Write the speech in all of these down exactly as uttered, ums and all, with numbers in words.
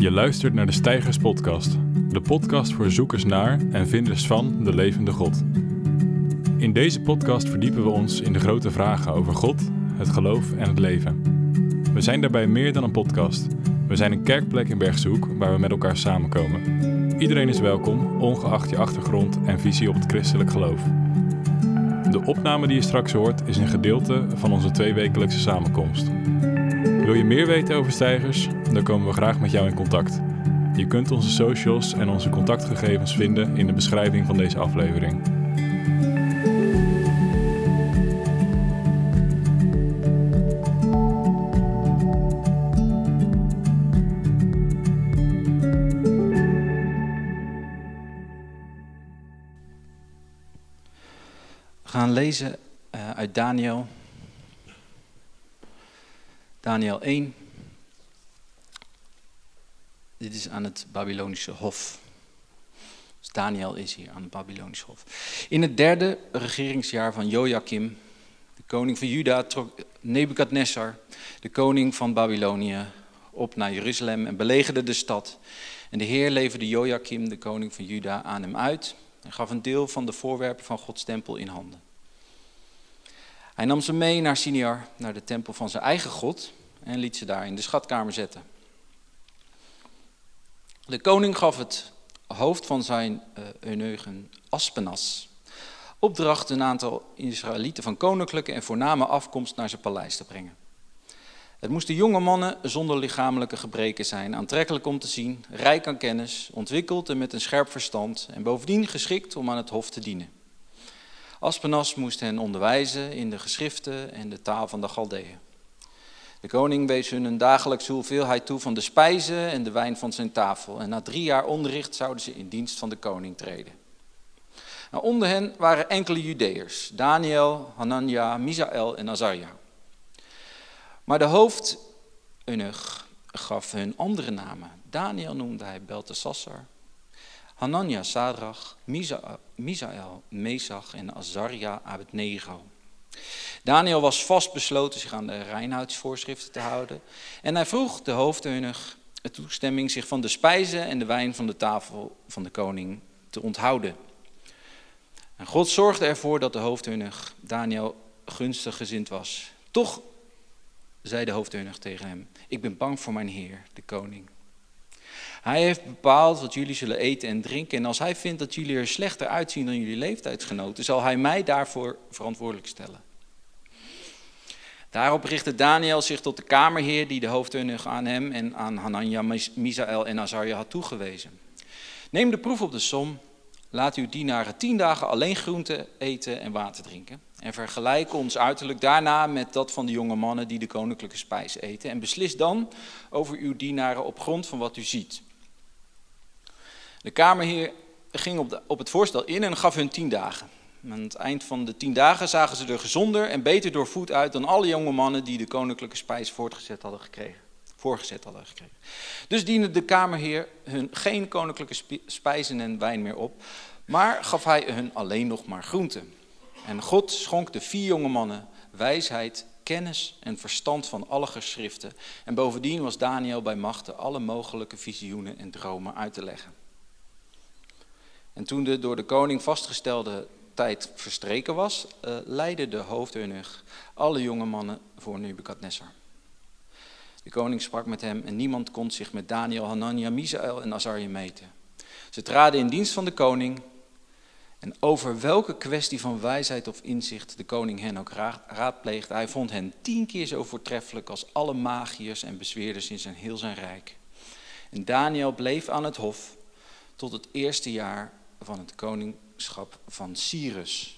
Je luistert naar de Steigers Podcast, de podcast voor zoekers naar en vinders van de levende God. In deze podcast verdiepen we ons in de grote vragen over God, het geloof en het leven. We zijn daarbij meer dan een podcast. We zijn een kerkplek in Bergshoek waar we met elkaar samenkomen. Iedereen is welkom, ongeacht je achtergrond en visie op het christelijk geloof. De opname die je straks hoort is een gedeelte van onze tweewekelijkse samenkomst. Wil je meer weten over Steigers? Dan komen we graag met jou in contact. Je kunt onze socials en onze contactgegevens vinden in de beschrijving van deze aflevering. We gaan lezen uh, uit Daniel. Daniel één. Dit is aan het Babylonische hof. Dus Daniel is hier aan het Babylonische hof. In het derde regeringsjaar van Jojakim, de koning van Juda, trok Nebukadnessar, de koning van Babylonië, op naar Jeruzalem en belegerde de stad. En de Heer leverde Jojakim, de koning van Juda, aan hem uit en gaf een deel van de voorwerpen van Gods tempel in handen. Hij nam ze mee naar Siniar, naar de tempel van zijn eigen God, en liet ze daar in de schatkamer zetten. De koning gaf het hoofd van zijn uh, eunuchen Aspenas opdracht een aantal Israëlieten van koninklijke en voorname afkomst naar zijn paleis te brengen. Het moesten jonge mannen zonder lichamelijke gebreken zijn, aantrekkelijk om te zien, rijk aan kennis, ontwikkeld en met een scherp verstand en bovendien geschikt om aan het hof te dienen. Aspenas moest hen onderwijzen in de geschriften en de taal van de Galdeeën. De koning wees hun een dagelijkse hoeveelheid toe van de spijzen en de wijn van zijn tafel. En na drie jaar onderricht zouden ze in dienst van de koning treden. Nou, onder hen waren enkele Judeërs, Daniel, Hanania, Misaël en Azaria. Maar de hoofdeunuch gaf hun andere namen. Daniel noemde hij Beltesassar, Hanania Sadrach, Misaël Mesach en Azaria Abednego. Daniel was vastbesloten zich aan de reinheidsvoorschriften te houden. En hij vroeg de hoofdeunuch de toestemming zich van de spijzen en de wijn van de tafel van de koning te onthouden. En God zorgde ervoor dat de hoofdeunuch Daniel gunstig gezind was. Toch, zei de hoofdeunuch tegen hem, ik ben bang voor mijn heer, de koning. Hij heeft bepaald wat jullie zullen eten en drinken. En als hij vindt dat jullie er slechter uitzien dan jullie leeftijdsgenoten, zal hij mij daarvoor verantwoordelijk stellen. Daarop richtte Daniel zich tot de kamerheer die de hoofdeunuch aan hem en aan Hanania, Misaël en Azaria had toegewezen. Neem de proef op de som. Laat uw dienaren tien dagen alleen groente eten en water drinken. En vergelijk ons uiterlijk daarna met dat van de jonge mannen die de koninklijke spijs eten. En beslis dan over uw dienaren op grond van wat u ziet. De kamerheer ging op, de, op het voorstel in en gaf hun tien dagen. Aan het eind van de tien dagen zagen ze er gezonder en beter doorvoed uit dan alle jonge mannen die de koninklijke spijs voortgezet hadden gekregen, voorgezet hadden gekregen. Dus diende de kamerheer hun geen koninklijke spijzen en wijn meer op, maar gaf hij hun alleen nog maar groenten. En God schonk de vier jonge mannen wijsheid, kennis en verstand van alle geschriften. En bovendien was Daniel bij machte alle mogelijke visioenen en dromen uit te leggen. En toen de door de koning vastgestelde tijd verstreken was, uh, leidde de hoofdeunuch alle jonge mannen voor Nebukadnessar. De koning sprak met hem en niemand kon zich met Daniel, Hanania, Misaël en Azaria meten. Ze traden in dienst van de koning en over welke kwestie van wijsheid of inzicht de koning hen ook raadpleegde, hij vond hen tien keer zo voortreffelijk als alle magiërs en bezweerders in zijn heel zijn rijk. En Daniel bleef aan het hof tot het eerste jaar van het koningschap van Cyrus.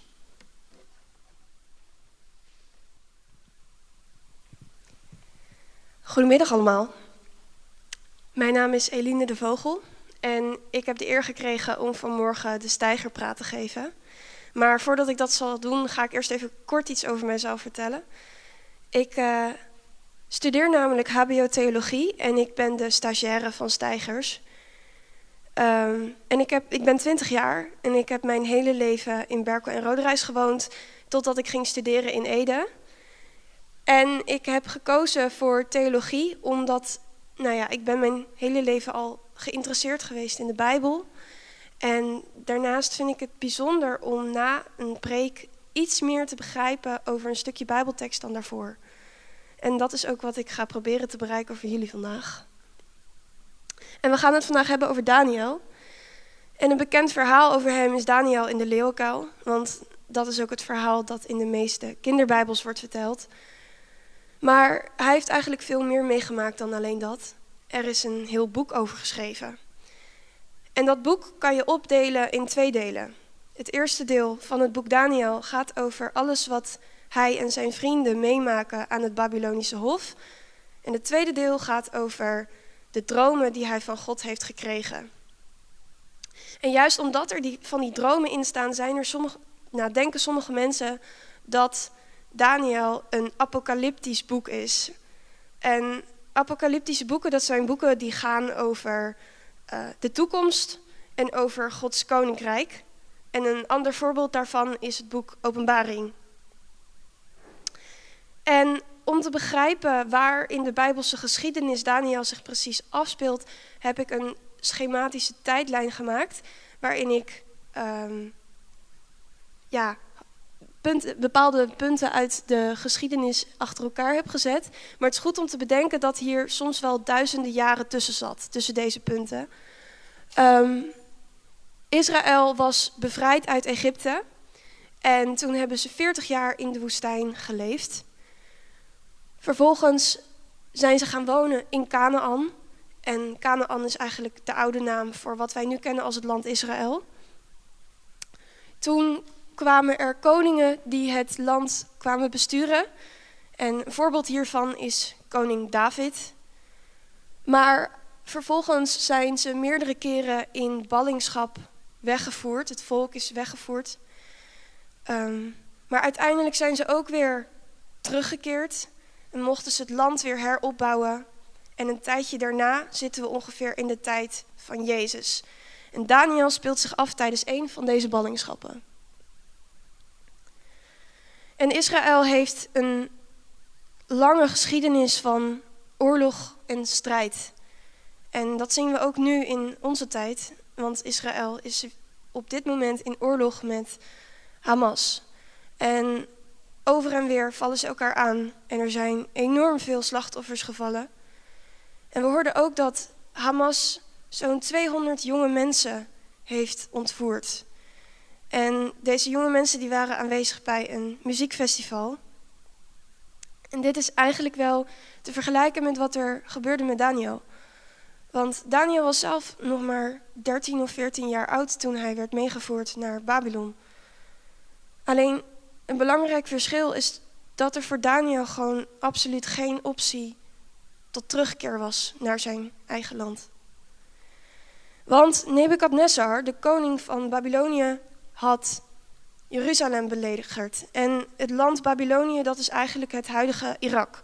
Goedemiddag allemaal. Mijn naam is Eline de Vogel en ik heb de eer gekregen om vanmorgen de Steigerpraat te geven. Maar voordat ik dat zal doen, ga ik eerst even kort iets over mijzelf vertellen. Ik uh, studeer namelijk H B O Theologie en ik ben de stagiaire van Steigers. Um, en ik, heb, ik ben twintig jaar en ik heb mijn hele leven in Berkel en Roderijs gewoond totdat ik ging studeren in Ede. En ik heb gekozen voor theologie omdat nou ja, ik ben mijn hele leven al geïnteresseerd geweest in de Bijbel. En daarnaast vind ik het bijzonder om na een preek iets meer te begrijpen over een stukje Bijbeltekst dan daarvoor. En dat is ook wat ik ga proberen te bereiken voor jullie vandaag. En we gaan het vandaag hebben over Daniel. En een bekend verhaal over hem is Daniel in de leeuwenkuil. Want dat is ook het verhaal dat in de meeste kinderbijbels wordt verteld. Maar hij heeft eigenlijk veel meer meegemaakt dan alleen dat. Er is een heel boek over geschreven. En dat boek kan je opdelen in twee delen. Het eerste deel van het boek Daniel gaat over alles wat hij en zijn vrienden meemaken aan het Babylonische hof. En het tweede deel gaat over de dromen die hij van God heeft gekregen. En juist omdat er die, van die dromen in staan, zijn er sommige, nou, denken sommige mensen dat Daniel een apocalyptisch boek is. En apocalyptische boeken, dat zijn boeken die gaan over uh, de toekomst en over Gods koninkrijk. En een ander voorbeeld daarvan is het boek Openbaring. En om te begrijpen waar in de Bijbelse geschiedenis Daniel zich precies afspeelt, heb ik een schematische tijdlijn gemaakt, waarin ik um, ja, punt, bepaalde punten uit de geschiedenis achter elkaar heb gezet. Maar het is goed om te bedenken dat hier soms wel duizenden jaren tussen zat, tussen deze punten. Um, Israël was bevrijd uit Egypte en toen hebben ze veertig jaar in de woestijn geleefd. Vervolgens zijn ze gaan wonen in Kanaan. En Kanaan is eigenlijk de oude naam voor wat wij nu kennen als het land Israël. Toen kwamen er koningen die het land kwamen besturen. En een voorbeeld hiervan is koning David. Maar vervolgens zijn ze meerdere keren in ballingschap weggevoerd. Het volk is weggevoerd. Um, maar uiteindelijk zijn ze ook weer teruggekeerd. En mochten ze het land weer heropbouwen. En een tijdje daarna zitten we ongeveer in de tijd van Jezus. En Daniel speelt zich af tijdens een van deze ballingschappen. En Israël heeft een lange geschiedenis van oorlog en strijd. En dat zien we ook nu in onze tijd. Want Israël is op dit moment in oorlog met Hamas. En over en weer vallen ze elkaar aan. En er zijn enorm veel slachtoffers gevallen. En we hoorden ook dat Hamas zo'n tweehonderd jonge mensen heeft ontvoerd. En deze jonge mensen die waren aanwezig bij een muziekfestival. En dit is eigenlijk wel te vergelijken met wat er gebeurde met Daniel. Want Daniel was zelf nog maar dertien of veertien jaar oud toen hij werd meegevoerd naar Babylon. Alleen een belangrijk verschil is dat er voor Daniel gewoon absoluut geen optie tot terugkeer was naar zijn eigen land. Want Nebukadnezar, de koning van Babylonië, had Jeruzalem belegerd. En het land Babylonië, dat is eigenlijk het huidige Irak.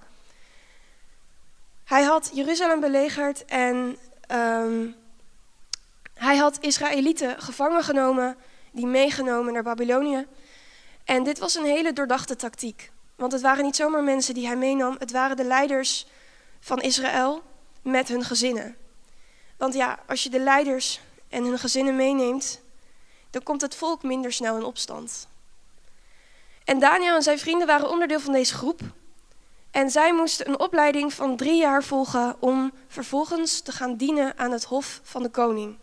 Hij had Jeruzalem belegerd en um, hij had Israëlieten gevangen genomen, die meegenomen naar Babylonië. En dit was een hele doordachte tactiek. Want het waren niet zomaar mensen die hij meenam, het waren de leiders van Israël met hun gezinnen. Want ja, als je de leiders en hun gezinnen meeneemt, dan komt het volk minder snel in opstand. En Daniel en zijn vrienden waren onderdeel van deze groep. En zij moesten een opleiding van drie jaar volgen om vervolgens te gaan dienen aan het hof van de koning.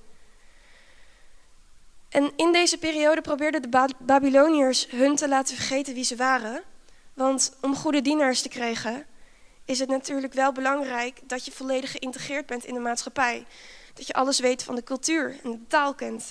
En in deze periode probeerden de ba- Babyloniërs hun te laten vergeten wie ze waren. Want om goede dienaars te krijgen is het natuurlijk wel belangrijk dat je volledig geïntegreerd bent in de maatschappij. Dat je alles weet van de cultuur en de taal kent.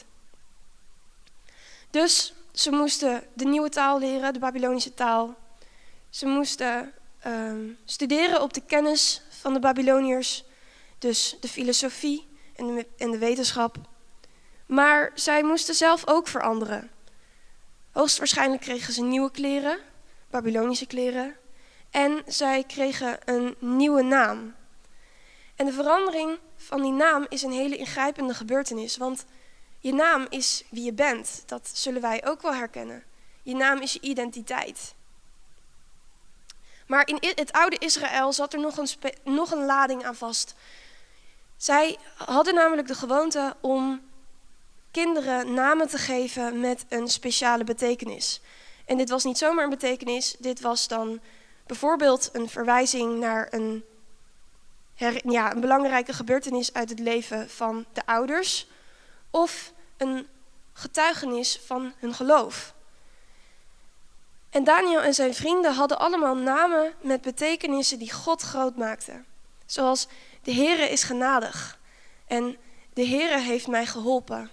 Dus ze moesten de nieuwe taal leren, de Babylonische taal. Ze moesten um, studeren op de kennis van de Babyloniërs. Dus de filosofie en de, en de wetenschap. Maar zij moesten zelf ook veranderen. Hoogstwaarschijnlijk kregen ze nieuwe kleren, Babylonische kleren. En zij kregen een nieuwe naam. En de verandering van die naam is een hele ingrijpende gebeurtenis. Want je naam is wie je bent. Dat zullen wij ook wel herkennen. Je naam is je identiteit. Maar in het oude Israël zat er nog een, spe- nog een lading aan vast. Zij hadden namelijk de gewoonte om kinderen namen te geven met een speciale betekenis. En dit was niet zomaar een betekenis, dit was dan bijvoorbeeld een verwijzing naar een, her, ja, een belangrijke gebeurtenis uit het leven van de ouders, of een getuigenis van hun geloof. En Daniel en zijn vrienden hadden allemaal namen met betekenissen die God groot maakten. Zoals de Heere is genadig en de Heere heeft mij geholpen.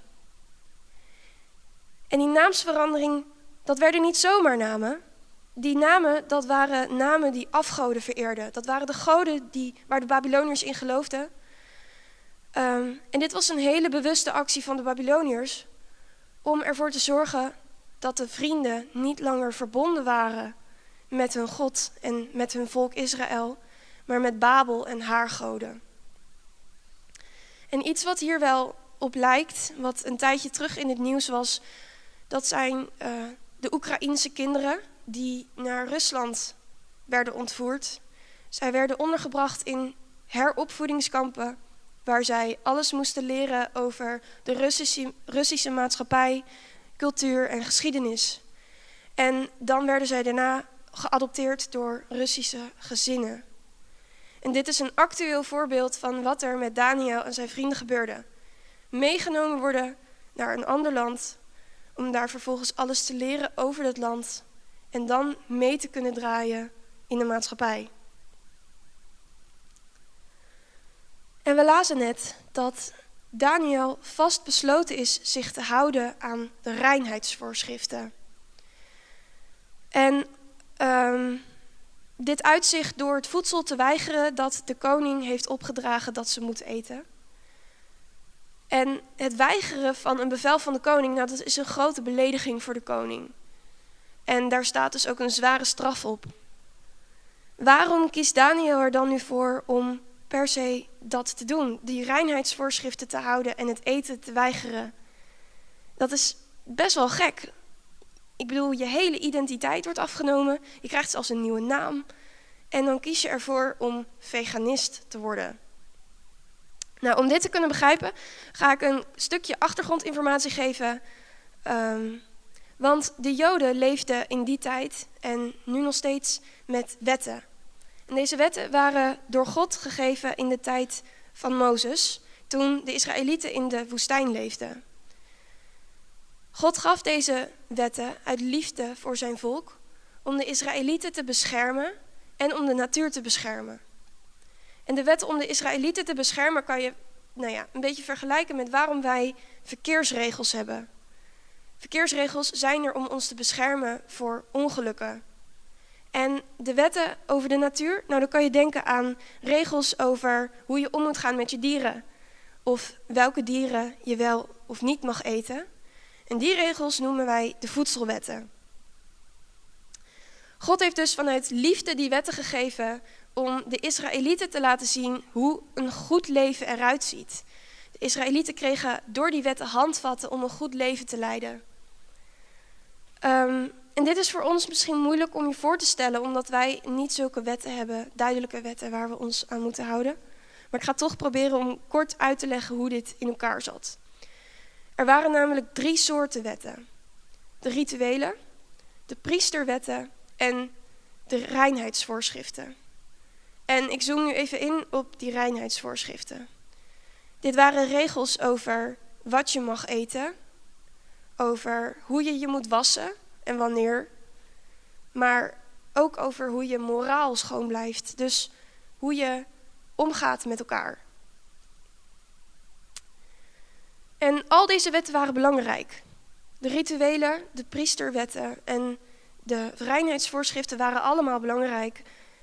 En die naamsverandering, dat werden niet zomaar namen. Die namen, dat waren namen die afgoden vereerden. Dat waren de goden die, waar de Babyloniërs in geloofden. Um, en dit was een hele bewuste actie van de Babyloniërs om ervoor te zorgen dat de vrienden niet langer verbonden waren met hun God en met hun volk Israël, maar met Babel en haar goden. En iets wat hier wel op lijkt, wat een tijdje terug in het nieuws was, dat zijn uh, de Oekraïense kinderen die naar Rusland werden ontvoerd. Zij werden ondergebracht in heropvoedingskampen, waar zij alles moesten leren over de Russische, Russische maatschappij, cultuur en geschiedenis. En dan werden zij daarna geadopteerd door Russische gezinnen. En dit is een actueel voorbeeld van wat er met Daniel en zijn vrienden gebeurde. Meegenomen worden naar een ander land, om daar vervolgens alles te leren over dat land en dan mee te kunnen draaien in de maatschappij. En we lazen net dat Daniel vast besloten is zich te houden aan de reinheidsvoorschriften. En um, dit uitzicht door het voedsel te weigeren dat de koning heeft opgedragen dat ze moeten eten. En het weigeren van een bevel van de koning, nou, dat is een grote belediging voor de koning. En daar staat dus ook een zware straf op. Waarom kiest Daniel er dan nu voor om per se dat te doen? Die reinheidsvoorschriften te houden en het eten te weigeren. Dat is best wel gek. Ik bedoel, je hele identiteit wordt afgenomen. Je krijgt zelfs een nieuwe naam. En dan kies je ervoor om veganist te worden. Nou, om dit te kunnen begrijpen, ga ik een stukje achtergrondinformatie geven. Um, want de Joden leefden in die tijd en nu nog steeds met wetten. En deze wetten waren door God gegeven in de tijd van Mozes, toen de Israëlieten in de woestijn leefden. God gaf deze wetten uit liefde voor zijn volk, om de Israëlieten te beschermen en om de natuur te beschermen. En de wetten om de Israëlieten te beschermen kan je nou ja, een beetje vergelijken met waarom wij verkeersregels hebben. Verkeersregels zijn er om ons te beschermen voor ongelukken. En de wetten over de natuur, nou dan kan je denken aan regels over hoe je om moet gaan met je dieren. Of welke dieren je wel of niet mag eten. En die regels noemen wij de voedselwetten. God heeft dus vanuit liefde die wetten gegeven om de Israëlieten te laten zien hoe een goed leven eruit ziet. De Israëlieten kregen door die wetten handvatten om een goed leven te leiden. Um, en dit is voor ons misschien moeilijk om je voor te stellen, omdat wij niet zulke wetten hebben, duidelijke wetten waar we ons aan moeten houden. Maar ik ga toch proberen om kort uit te leggen hoe dit in elkaar zat. Er waren namelijk drie soorten wetten. De rituelen, de priesterwetten en de reinheidsvoorschriften. En ik zoom nu even in op die reinheidsvoorschriften. Dit waren regels over wat je mag eten, over hoe je je moet wassen en wanneer, maar ook over hoe je moraal schoon blijft. Dus hoe je omgaat met elkaar. En al deze wetten waren belangrijk. De rituelen, de priesterwetten en de reinheidsvoorschriften waren allemaal belangrijk.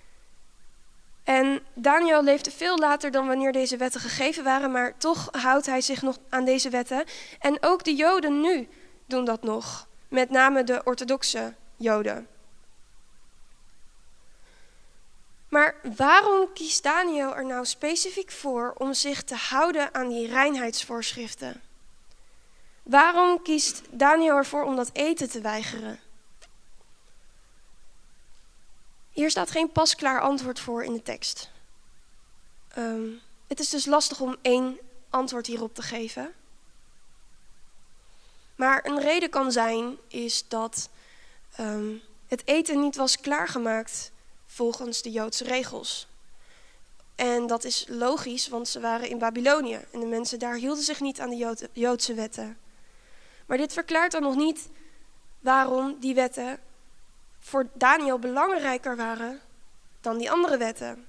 En Daniel leefde veel later dan wanneer deze wetten gegeven waren, maar toch houdt hij zich nog aan deze wetten. En ook de Joden nu doen dat nog, met name de orthodoxe Joden. Maar waarom kiest Daniel er nou specifiek voor om zich te houden aan die reinheidsvoorschriften? Waarom kiest Daniel ervoor om dat eten te weigeren? Hier staat geen pasklaar antwoord voor in de tekst. Um, Het is dus lastig om één antwoord hierop te geven. Maar een reden kan zijn is dat um, het eten niet was klaargemaakt volgens de Joodse regels. En dat is logisch, want ze waren in Babylonië en de mensen daar hielden zich niet aan de Jood- Joodse wetten. Maar dit verklaart dan nog niet waarom die wetten voor Daniel belangrijker waren dan die andere wetten.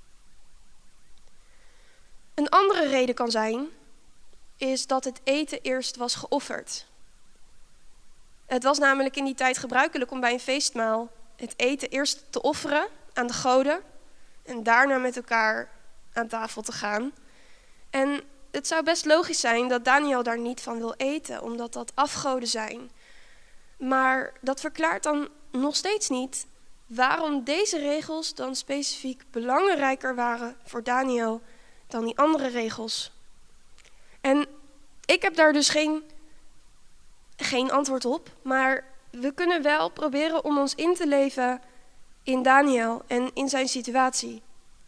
Een andere reden kan zijn, is dat het eten eerst was geofferd. Het was namelijk in die tijd gebruikelijk om bij een feestmaal het eten eerst te offeren aan de goden en daarna met elkaar aan tafel te gaan. En het zou best logisch zijn dat Daniel daar niet van wil eten, omdat dat afgoden zijn. Maar dat verklaart dan nog steeds niet waarom deze regels dan specifiek belangrijker waren voor Daniel dan die andere regels. En ik heb daar dus geen, geen antwoord op, maar we kunnen wel proberen om ons in te leven in Daniel en in zijn situatie.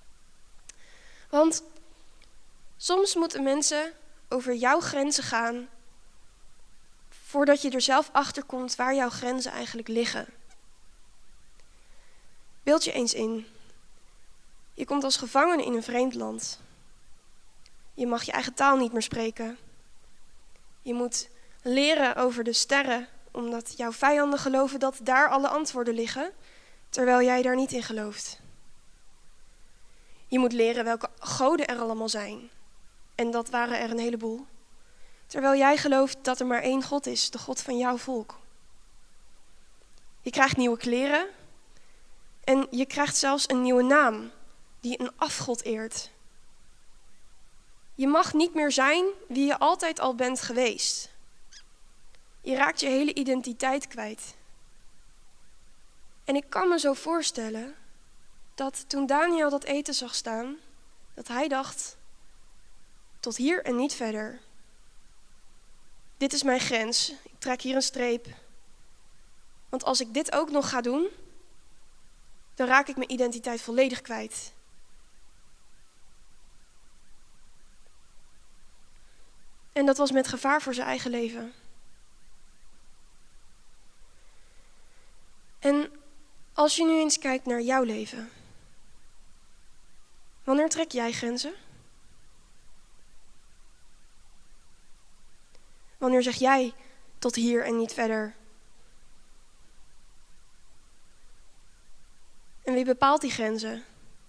Want soms moeten mensen over jouw grenzen gaan voordat je er zelf achter komt waar jouw grenzen eigenlijk liggen. Beeld je eens in. Je komt als gevangene in een vreemd land. Je mag je eigen taal niet meer spreken. Je moet leren over de sterren, omdat jouw vijanden geloven dat daar alle antwoorden liggen, terwijl jij daar niet in gelooft. Je moet leren welke goden er allemaal zijn. En dat waren er een heleboel. Terwijl jij gelooft dat er maar één God is, de God van jouw volk. Je krijgt nieuwe kleren en je krijgt zelfs een nieuwe naam die een afgod eert. Je mag niet meer zijn wie je altijd al bent geweest. Je raakt je hele identiteit kwijt. En ik kan me zo voorstellen dat toen Daniel dat eten zag staan, dat hij dacht, tot hier en niet verder. Dit is mijn grens, ik trek hier een streep. Want als ik dit ook nog ga doen, dan raak ik mijn identiteit volledig kwijt. En dat was met gevaar voor zijn eigen leven. En als je nu eens kijkt naar jouw leven, wanneer trek jij grenzen? Wanneer zeg jij tot hier en niet verder? En wie bepaalt die grenzen?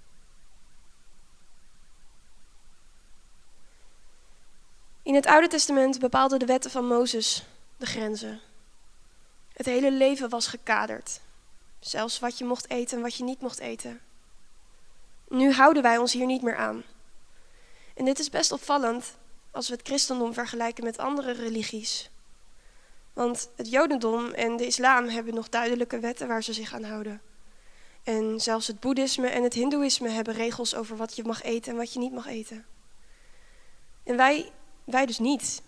In het Oude Testament bepaalden de wetten van Mozes de grenzen. Het hele leven was gekaderd. Zelfs wat je mocht eten en wat je niet mocht eten. Nu houden wij ons hier niet meer aan. En dit is best opvallend als we het christendom vergelijken met andere religies. Want het jodendom en de islam hebben nog duidelijke wetten waar ze zich aan houden. En zelfs het boeddhisme en het hindoeïsme hebben regels over wat je mag eten en wat je niet mag eten. En wij, wij dus niet.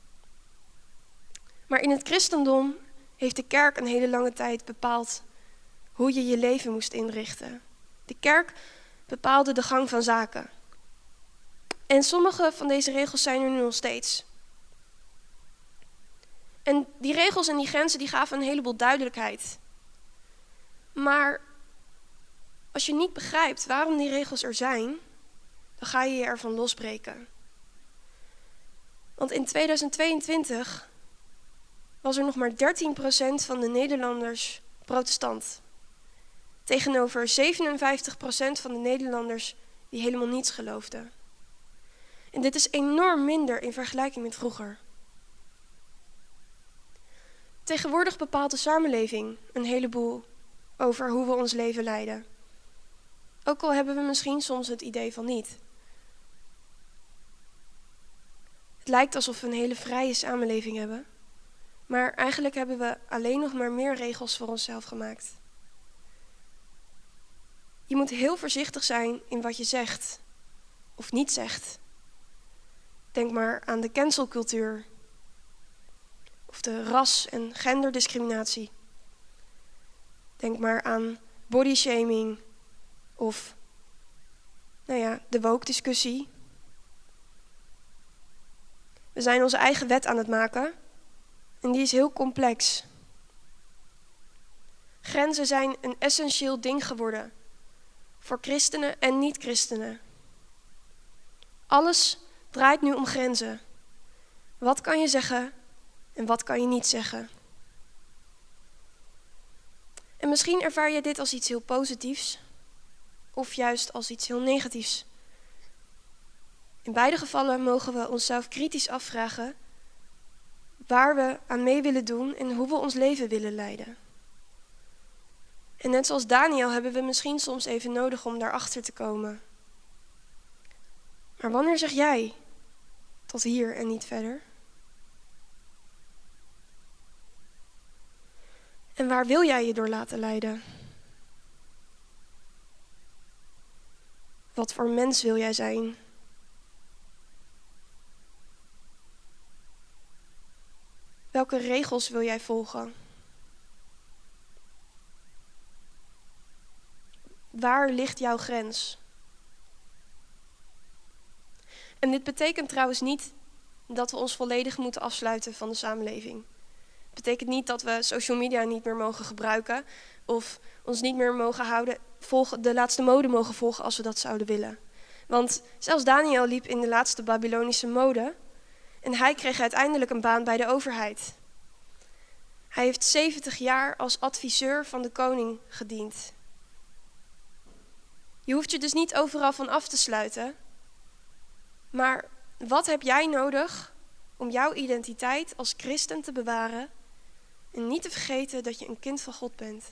Maar in het christendom heeft de kerk een hele lange tijd bepaald hoe je je leven moest inrichten. De kerk bepaalde de gang van zaken. En sommige van deze regels zijn er nu nog steeds. En die regels en die grenzen die gaven een heleboel duidelijkheid. Maar als je niet begrijpt waarom die regels er zijn, dan ga je je ervan losbreken. Want in tweeduizend tweeëntwintig was er nog maar dertien procent van de Nederlanders protestant. Tegenover zevenenvijftig procent van de Nederlanders die helemaal niets geloofden. En dit is enorm minder in vergelijking met vroeger. Tegenwoordig bepaalt de samenleving een heleboel over hoe we ons leven leiden. Ook al hebben we misschien soms het idee van niet. Het lijkt alsof we een hele vrije samenleving hebben. Maar eigenlijk hebben we alleen nog maar meer regels voor onszelf gemaakt. Je moet heel voorzichtig zijn in wat je zegt of niet zegt. Denk maar aan de cancelcultuur of de ras- en genderdiscriminatie. Denk maar aan bodyshaming of nou ja, de woke-discussie zijn onze eigen wet aan het maken en die is heel complex. Grenzen zijn een essentieel ding geworden voor christenen en niet-christenen. Alles draait nu om grenzen. Wat kan je zeggen en wat kan je niet zeggen? En misschien ervaar je dit als iets heel positiefs of juist als iets heel negatiefs. In beide gevallen mogen we onszelf kritisch afvragen waar we aan mee willen doen en hoe we ons leven willen leiden. En net zoals Daniel hebben we misschien soms even nodig om daarachter te komen. Maar wanneer zeg jij tot hier en niet verder? En waar wil jij je door laten leiden? Wat voor mens wil jij zijn? Welke regels wil jij volgen? Waar ligt jouw grens? En dit betekent trouwens niet dat we ons volledig moeten afsluiten van de samenleving. Het betekent niet dat we social media niet meer mogen gebruiken of ons niet meer mogen houden, volgen, de laatste mode mogen volgen als we dat zouden willen. Want zelfs Daniel liep in de laatste Babylonische mode en hij kreeg uiteindelijk een baan bij de overheid. Hij heeft zeventig jaar als adviseur van de koning gediend. Je hoeft je dus niet overal van af te sluiten. Maar wat heb jij nodig om jouw identiteit als christen te bewaren en niet te vergeten dat je een kind van God bent?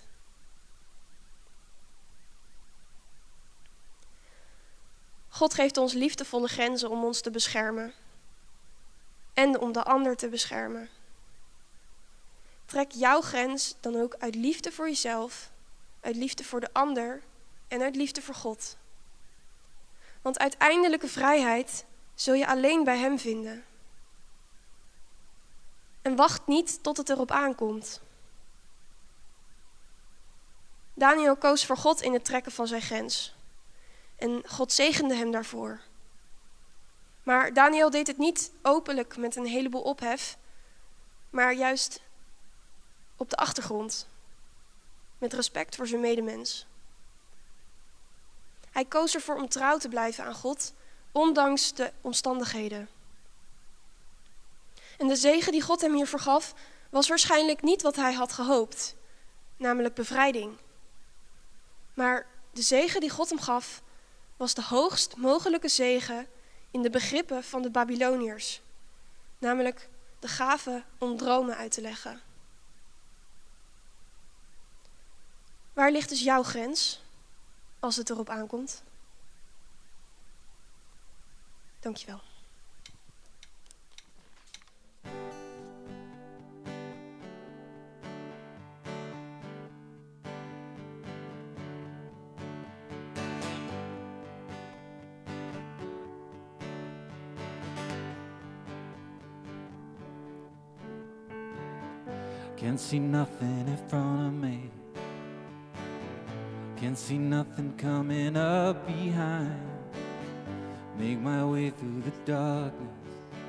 God geeft ons liefdevolle grenzen om ons te beschermen en om de ander te beschermen. Trek jouw grens dan ook uit liefde voor jezelf, uit liefde voor de ander en uit liefde voor God. Want uiteindelijke vrijheid zul je alleen bij Hem vinden. En wacht niet tot het erop aankomt. Daniel koos voor God in het trekken van zijn grens. En God zegende hem daarvoor. Maar Daniel deed het niet openlijk met een heleboel ophef, maar juist op de achtergrond, met respect voor zijn medemens. Hij koos ervoor om trouw te blijven aan God, ondanks de omstandigheden. En de zegen die God hem hiervoor gaf, was waarschijnlijk niet wat hij had gehoopt, namelijk bevrijding. Maar de zegen die God hem gaf, was de hoogst mogelijke zegen in de begrippen van de Babyloniërs, namelijk de gave om dromen uit te leggen. Waar ligt dus jouw grens, als het erop aankomt? Dankjewel. Can't see nothing in front of me. Can't see nothing coming up behind. Make my way through the darkness.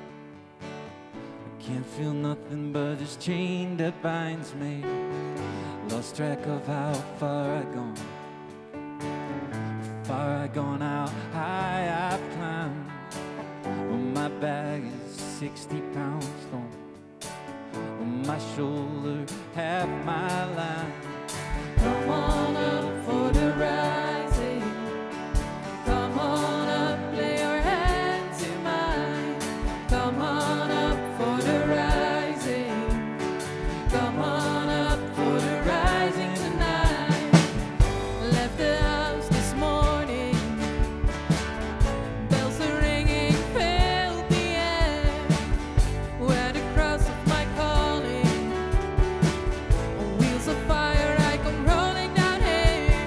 I can't feel nothing but this chain that binds me. Lost track of how far I've gone. Far I've gone, how high I've climbed. Well, my bag is sixty pounds long. My shoulder, half my line. Come on up for the rising. Come on up, lay your hands in mine. Come on up for the rising. Come on up for the rising tonight. Left the house this morning. Bells are ringing, filled the air. Where the cross of my calling. Wheels of fire, I come rolling down here.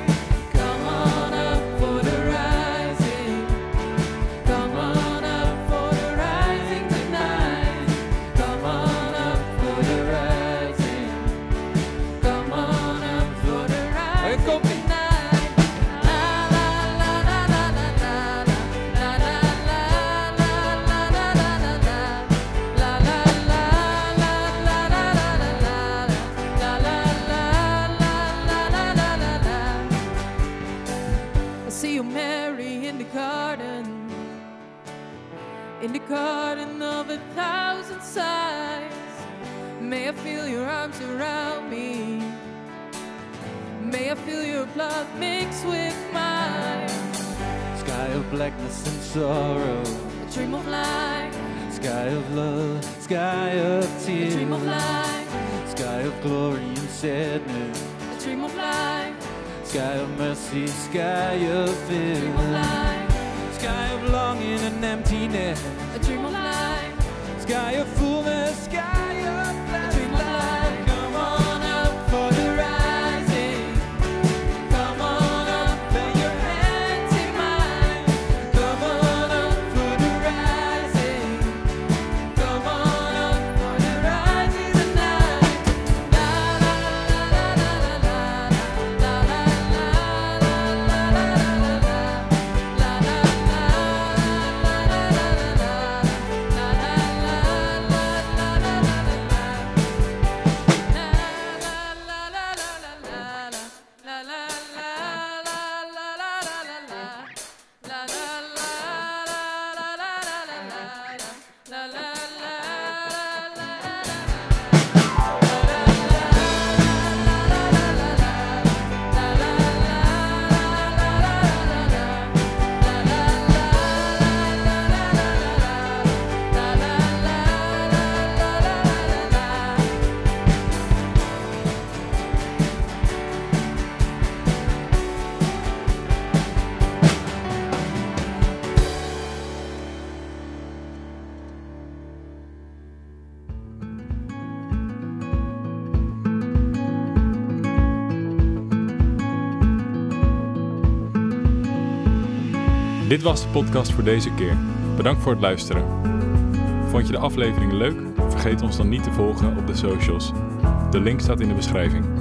in the garden of a thousand sighs. May I feel your arms around me. May I feel your blood mixed with mine. Sky of blackness and sorrow, A dream of light, sky of love, sky of a tears, dream of light, sky of glory and sadness, a dream of light, sky of mercy, sky of a dream of fear, light, sky of longing and emptiness, a dream of light, sky of fullness, sky of a dream of light. Come on up for the rising. Come on up, lay your hands in mine. Come on up for the rising. Come on up for the rising tonight. La la la la la la la la la la la Dit was de podcast voor deze keer. Bedankt voor het luisteren. Vond je de aflevering leuk? Vergeet ons dan niet te volgen op de socials. De link staat in de beschrijving.